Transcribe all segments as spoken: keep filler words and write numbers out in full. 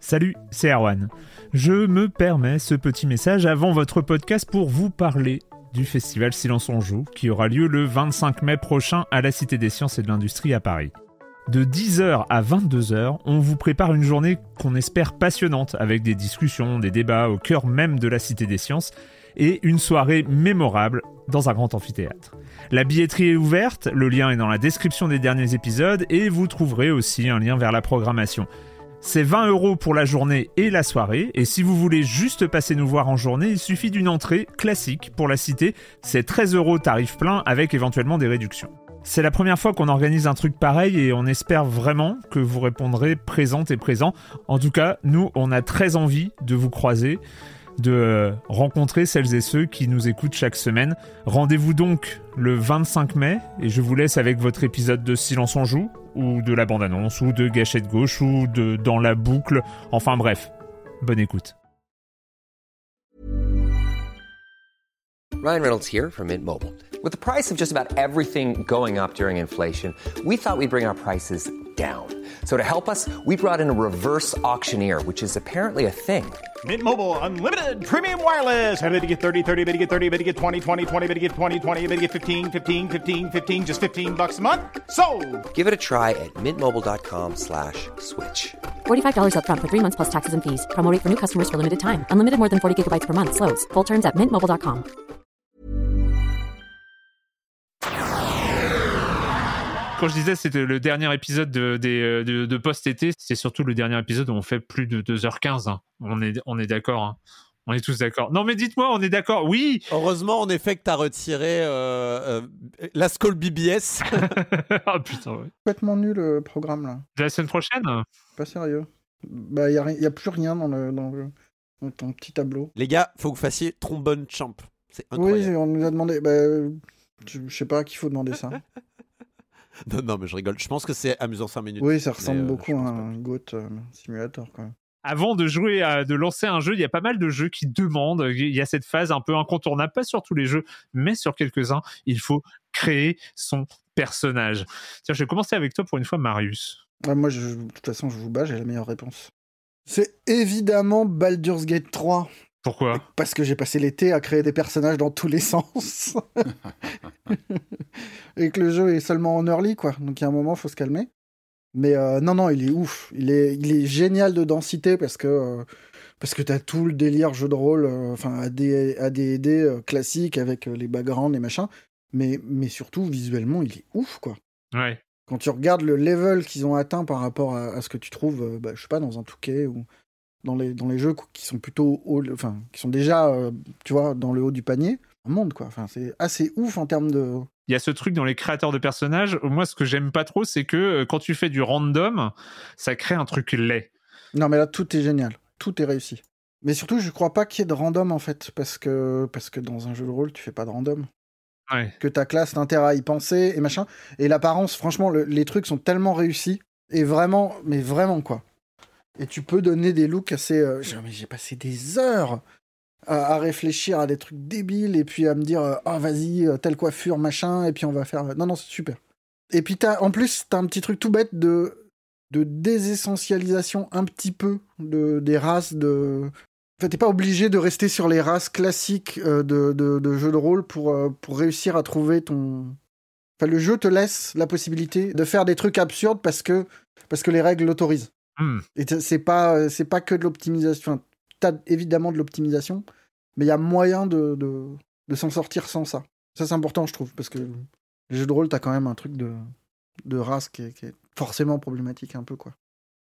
Salut, c'est Erwan. Je me permets ce petit message avant votre podcast pour vous parler du festival Silence on joue qui aura lieu le vingt-cinq mai prochain à la Cité des Sciences et de l'Industrie à Paris. De dix heures à vingt-deux heures, on vous prépare une journée qu'on espère passionnante avec des discussions, des débats au cœur même de la Cité des Sciences et une soirée mémorable dans un grand amphithéâtre. La billetterie est ouverte, le lien est dans la description des derniers épisodes et vous trouverez aussi un lien vers la programmation. C'est vingt euros pour la journée et la soirée, et si vous voulez juste passer nous voir en journée, il suffit d'une entrée classique pour la cité, c'est treize euros tarif plein avec éventuellement des réductions. C'est la première fois qu'on organise un truc pareil et on espère vraiment que vous répondrez présente et présent. En tout cas, nous, on a très envie de vous croiser, de rencontrer celles et ceux qui nous écoutent chaque semaine. Rendez-vous donc le vingt-cinq mai, et je vous laisse avec votre épisode de Silence on joue, ou de la bande-annonce, ou de Gâchette Gauche, ou de Dans la boucle, enfin bref, bonne écoute. Ryan Reynolds here from Mint Mobile. With the price of just about everything going up during inflation, we thought we'd bring our prices down. So to help us, we brought in a reverse auctioneer, which is apparently a thing. Mint Mobile Unlimited Premium Wireless. How to get thirty, thirty, how to get thirty, how to get twenty, twenty, twenty, how to get twenty, twenty, how to get fifteen, fifteen, fifteen, fifteen, just fifteen bucks a month? Sold! Give it a try at mintmobile.com slash switch. forty-five dollars up front for three months plus taxes and fees. Promo rate for new customers for limited time. Unlimited more than forty gigabytes per month. Slows full terms at mint mobile dot com. Quand je disais c'était le dernier épisode de, de, de, de post-été, c'est surtout le dernier épisode où on fait plus de deux heures quinze. Hein. On est, on est d'accord. Hein. On est tous d'accord. Non mais dites-moi, on est d'accord. Oui. Heureusement en effet que t'as retiré euh, euh, la Skol B B S. Ah putain, ouais. Complètement nul le programme là. De la semaine prochaine ? Pas sérieux. Bah y a, y a plus rien dans, le, dans, le, dans ton petit tableau. Les gars, faut que vous fassiez trombone champ. C'est incroyable. Oui, on nous a demandé. Bah, je, je sais pas à qui faut demander ça. Non, non, mais je rigole. Je pense que c'est amusant cinq minutes. Oui, ça ressemble mais, euh, beaucoup à un Goat euh, Simulator quand même. Avant de jouer, à, de lancer un jeu, il y a pas mal de jeux qui demandent, il y a cette phase un peu incontournable, pas sur tous les jeux, mais sur quelques-uns, il faut créer son personnage. Tiens, je vais commencer avec toi pour une fois, Marius. Ah, moi, je, de toute façon, je vous bats, j'ai la meilleure réponse. C'est évidemment Baldur's Gate trois. Pourquoi ? Parce que j'ai passé l'été à créer des personnages dans tous les sens. Et que le jeu est seulement en early, quoi. Donc il y a un moment, il faut se calmer. Mais euh, non, non, il est ouf. Il est, il est génial de densité parce que, euh, parce que t'as tout le délire jeu de rôle, enfin euh, A D et D euh, classique avec euh, les backgrounds, les machins. Mais, mais surtout, visuellement, il est ouf, quoi. Ouais. Quand tu regardes le level qu'ils ont atteint par rapport à, à ce que tu trouves, euh, bah, je sais pas, dans un Touquet ou dans les, dans les jeux qui sont plutôt haut, enfin, qui sont déjà, euh, tu vois, dans le haut du panier, un monde, quoi. Enfin, c'est assez ouf en termes de... Il y a ce truc dans les créateurs de personnages, moi, ce que j'aime pas trop, c'est que euh, quand tu fais du random, ça crée un truc laid. Non, mais là, tout est génial. Tout est réussi. Mais surtout, je crois pas qu'il y ait de random, en fait, parce que, parce que dans un jeu de rôle, tu fais pas de random. Ouais. Que ta classe, t'as intérêt à y penser, et machin. Et l'apparence, franchement, le, les trucs sont tellement réussis, et vraiment, mais vraiment, quoi. Et tu peux donner des looks assez... Euh, genre, mais j'ai passé des heures à, à réfléchir à des trucs débiles, et puis à me dire, ah, euh, oh, vas-y, telle coiffure, machin, et puis on va faire... Non, non, c'est super. Et puis, t'as, en plus, t'as un petit truc tout bête de, de désessentialisation un petit peu de, des races de... En fait, t'es pas obligé de rester sur les races classiques euh, de, de, de jeux de rôle pour, euh, pour réussir à trouver ton... Enfin, le jeu te laisse la possibilité de faire des trucs absurdes parce que, parce que les règles l'autorisent. Mm. Et c'est pas, c'est pas que de l'optimisation. Enfin, t'as évidemment de l'optimisation, mais il y a moyen de, de, de s'en sortir sans ça. Ça, c'est important, je trouve, parce que les jeux de rôle, t'as quand même un truc de, de race qui est, qui est forcément problématique un peu, quoi. Corentin ?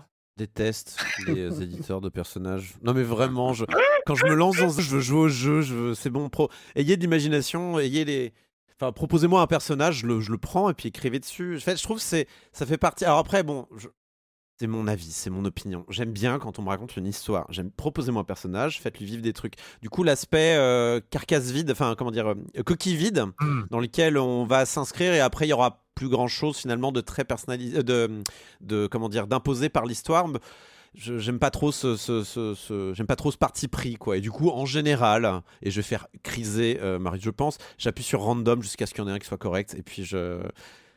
Déteste les éditeurs de personnages. Non mais vraiment, je... quand je me lance dans ce... je veux jouer au jeu, je veux... c'est bon. Pro... Ayez de l'imagination, ayez les... Enfin, proposez-moi un personnage, je le, je le prends et puis écrivez dessus. En fait, je trouve que c'est... ça fait partie... Alors après, bon, je... c'est mon avis, c'est mon opinion. J'aime bien quand on me raconte une histoire. J'aime Proposez-moi un personnage, faites-lui vivre des trucs. Du coup, l'aspect euh, carcasse vide, enfin, comment dire, euh, coquille vide, mm. dans lequel on va s'inscrire et après, il y aura plus grand chose finalement de très personnalisé, de, de comment dire, d'imposé par l'histoire. Je, j'aime pas trop ce, ce, ce, ce, j'aime pas trop ce parti pris, quoi. Et du coup, en général, et je vais faire criser euh, Marie, je pense, j'appuie sur random jusqu'à ce qu'il y en ait un qui soit correct. Et puis je,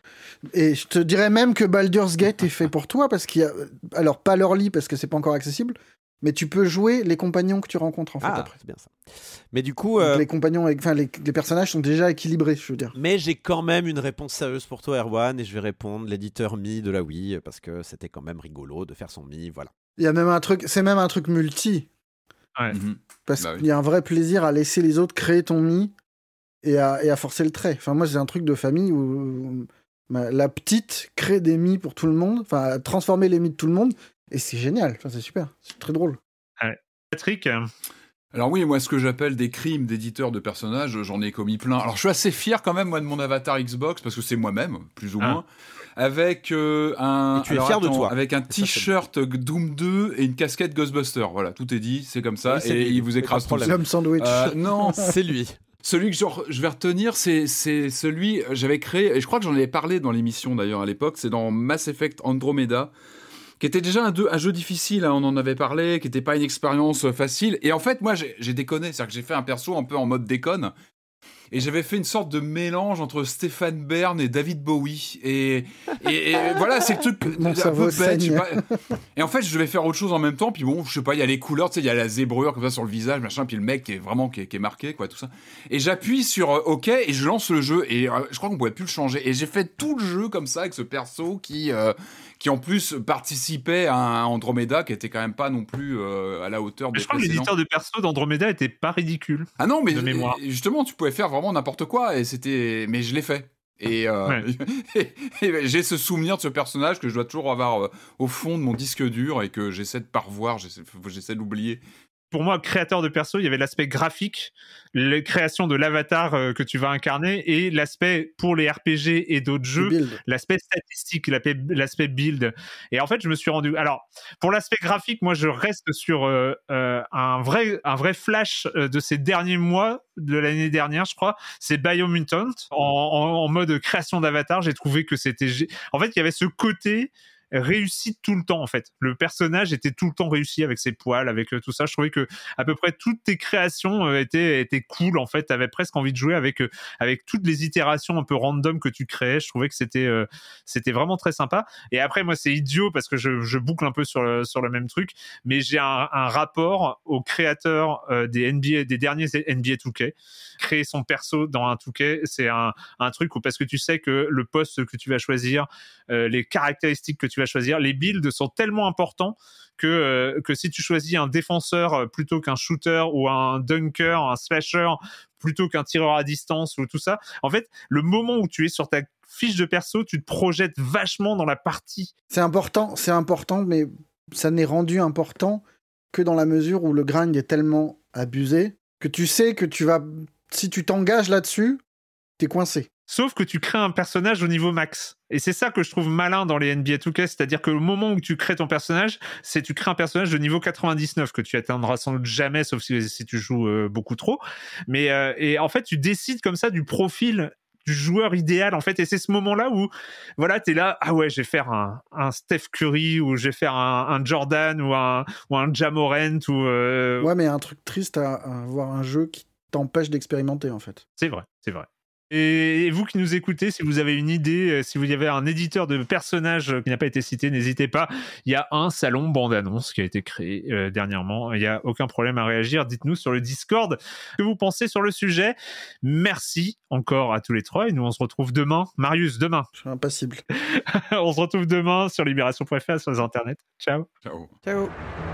Et je te dirais même que Baldur's Gate est fait pour toi, parce qu'il y a... Alors, pas l'early, parce que c'est pas encore accessible, mais tu peux jouer les compagnons que tu rencontres, en fait, Ah, après. c'est bien ça. Mais du coup... Donc, euh, les compagnons, enfin, les, les personnages sont déjà équilibrés, je veux dire. Mais j'ai quand même une réponse sérieuse pour toi, Erwan, et je vais répondre l'éditeur Mi de la Wii, parce que c'était quand même rigolo de faire son Mi, voilà. Il y a même un truc... C'est même un truc multi. Ouais. Mhm. Parce Bah oui. qu'il y a un vrai plaisir à laisser les autres créer ton Mi et à, et à forcer le trait. Enfin, moi, c'est un truc de famille où... Ma- la petite crée des mi pour tout le monde, enfin transformer les mi de tout le monde, et c'est génial, enfin, c'est super, c'est très drôle. Patrick, euh, Alors oui, moi, ce que j'appelle des crimes d'éditeurs de personnages, j'en ai commis plein. Alors je suis assez fier quand même, moi, de mon avatar Xbox, parce que c'est moi-même, plus ou Ah. moins, avec euh, un... Et tu es alors, fier de attends, toi. Avec un Et ça, c'est t-shirt Doom deux et une casquette Ghostbuster. Voilà, tout est dit, c'est comme ça, Oui, c'est et lui. il vous Pas de écrase tous. problème. L'homme sandwich. Euh, non, C'est lui. celui que genre, je vais retenir, c'est, c'est celui que j'avais créé, et je crois que j'en avais parlé dans l'émission d'ailleurs à l'époque, c'est dans Mass Effect Andromeda, qui était déjà un, deux- un jeu difficile, hein, on en avait parlé, qui n'était pas une expérience facile. Et en fait, moi, j'ai, j'ai déconné, c'est-à-dire que j'ai fait un perso un peu en mode déconne, et j'avais fait une sorte de mélange entre Stéphane Bern et David Bowie. Et, et, et voilà, c'est le truc Mon un cerveau peu bête, je sais saigne. pas. Et en fait, je devais faire autre chose en même temps, puis bon, je sais pas, il y a les couleurs, tu sais, il y a la zébrure comme ça sur le visage, machin, puis le mec qui est vraiment qui est, qui est marqué, quoi, tout ça. Et j'appuie sur euh, OK et je lance le jeu, et euh, je crois qu'on pouvait plus le changer. Et j'ai fait tout le jeu comme ça avec ce perso qui, euh, qui en plus participait à un Andromeda qui était quand même pas non plus euh, à la hauteur mais des je crois que précédents. l'éditeur de perso d'Andromeda était pas ridicule. Ah non, mais de mémoire. justement, tu pouvais faire vraiment n'importe quoi, et c'était, mais je l'ai fait. Et, euh, Ouais. et- et j'ai ce souvenir de ce personnage que je dois toujours avoir euh, au fond de mon disque dur et que j'essaie de pas revoir, j'essaie, j'essaie d'oublier. Pour moi, créateur de perso, il y avait l'aspect graphique, la création de l'avatar euh, que tu vas incarner, et l'aspect pour les R P G et d'autres Tu jeux, build. l'aspect statistique, l'aspect l'aspect build. Et en fait, je me suis rendu. Alors, pour l'aspect graphique, moi, je reste sur euh, euh, un vrai un vrai flash euh, de ces derniers mois de l'année dernière, je crois. C'est Biomutant en, en, en mode création d'avatar. J'ai trouvé que c'était. gé- En fait, il y avait ce côté réussi tout le temps, en fait. Le personnage était tout le temps réussi avec ses poils, avec euh, tout ça. Je trouvais que à peu près toutes tes créations euh, étaient étaient cool, en fait. T'avais presque envie de jouer avec euh, avec toutes les itérations un peu random que tu créais. Je trouvais que c'était euh, c'était vraiment très sympa. Et après, moi, c'est idiot parce que je, je boucle un peu sur le, sur le même truc, mais j'ai un, un rapport au créateur euh, des N B A, des derniers N B A deux K. Créer son perso dans un deux K, c'est un, un truc où, parce que tu sais que le poste que tu vas choisir, euh, les caractéristiques que tu vas choisir, les builds sont tellement importants que, euh, que si tu choisis un défenseur plutôt qu'un shooter, ou un dunker, un slasher plutôt qu'un tireur à distance, ou tout ça, en fait, le moment où tu es sur ta fiche de perso, tu te projettes vachement dans la partie. C'est important, c'est important, mais ça n'est rendu important que dans la mesure où le grind est tellement abusé que tu sais que tu vas, si tu t'engages là-dessus, t'es coincé. Sauf que tu crées un personnage au niveau max. Et c'est ça que je trouve malin dans les N B A deux K, c'est-à-dire que le moment où tu crées ton personnage, c'est tu crées un personnage de niveau quatre-vingt-dix-neuf que tu atteindras sans doute jamais, sauf si, si tu joues euh, beaucoup trop. Mais euh, et en fait, tu décides comme ça du profil du joueur idéal, en fait, et c'est ce moment-là où, voilà, t'es là, ah ouais, je vais faire un, un Steph Curry, ou je vais faire un, un Jordan, ou un, ou un Ja Morant, ou... Euh... Ouais, mais il y a un truc triste à, à avoir un jeu qui t'empêche d'expérimenter, en fait. C'est vrai, c'est vrai. Et vous qui nous écoutez, si vous avez une idée, si vous y avez un éditeur de personnages qui n'a pas été cité, n'hésitez pas. Il y a un salon bande-annonce qui a été créé euh, dernièrement. Il n'y a aucun problème à réagir. Dites-nous sur le Discord ce que vous pensez sur le sujet. Merci encore à tous les trois. Et nous, on se retrouve demain. Marius, demain. Je suis impassible. On se retrouve demain sur libération point f r, sur les internets. Ciao. Ciao. Ciao.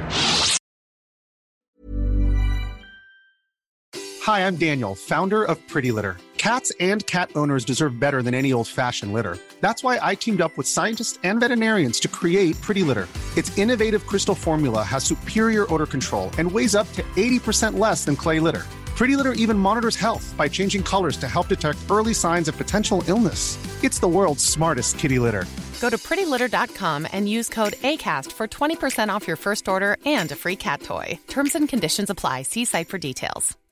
Hi, I'm Daniel, founder of Pretty Litter. Cats and cat owners deserve better than any old-fashioned litter. That's why I teamed up with scientists and veterinarians to create Pretty Litter. Its innovative crystal formula has superior odor control and weighs up to eighty percent less than clay litter. Pretty Litter even monitors health by changing colors to help detect early signs of potential illness. It's the world's smartest kitty litter. Go to pretty litter dot com and use code ACAST for twenty percent off your first order and a free cat toy. Terms and conditions apply. See site for details.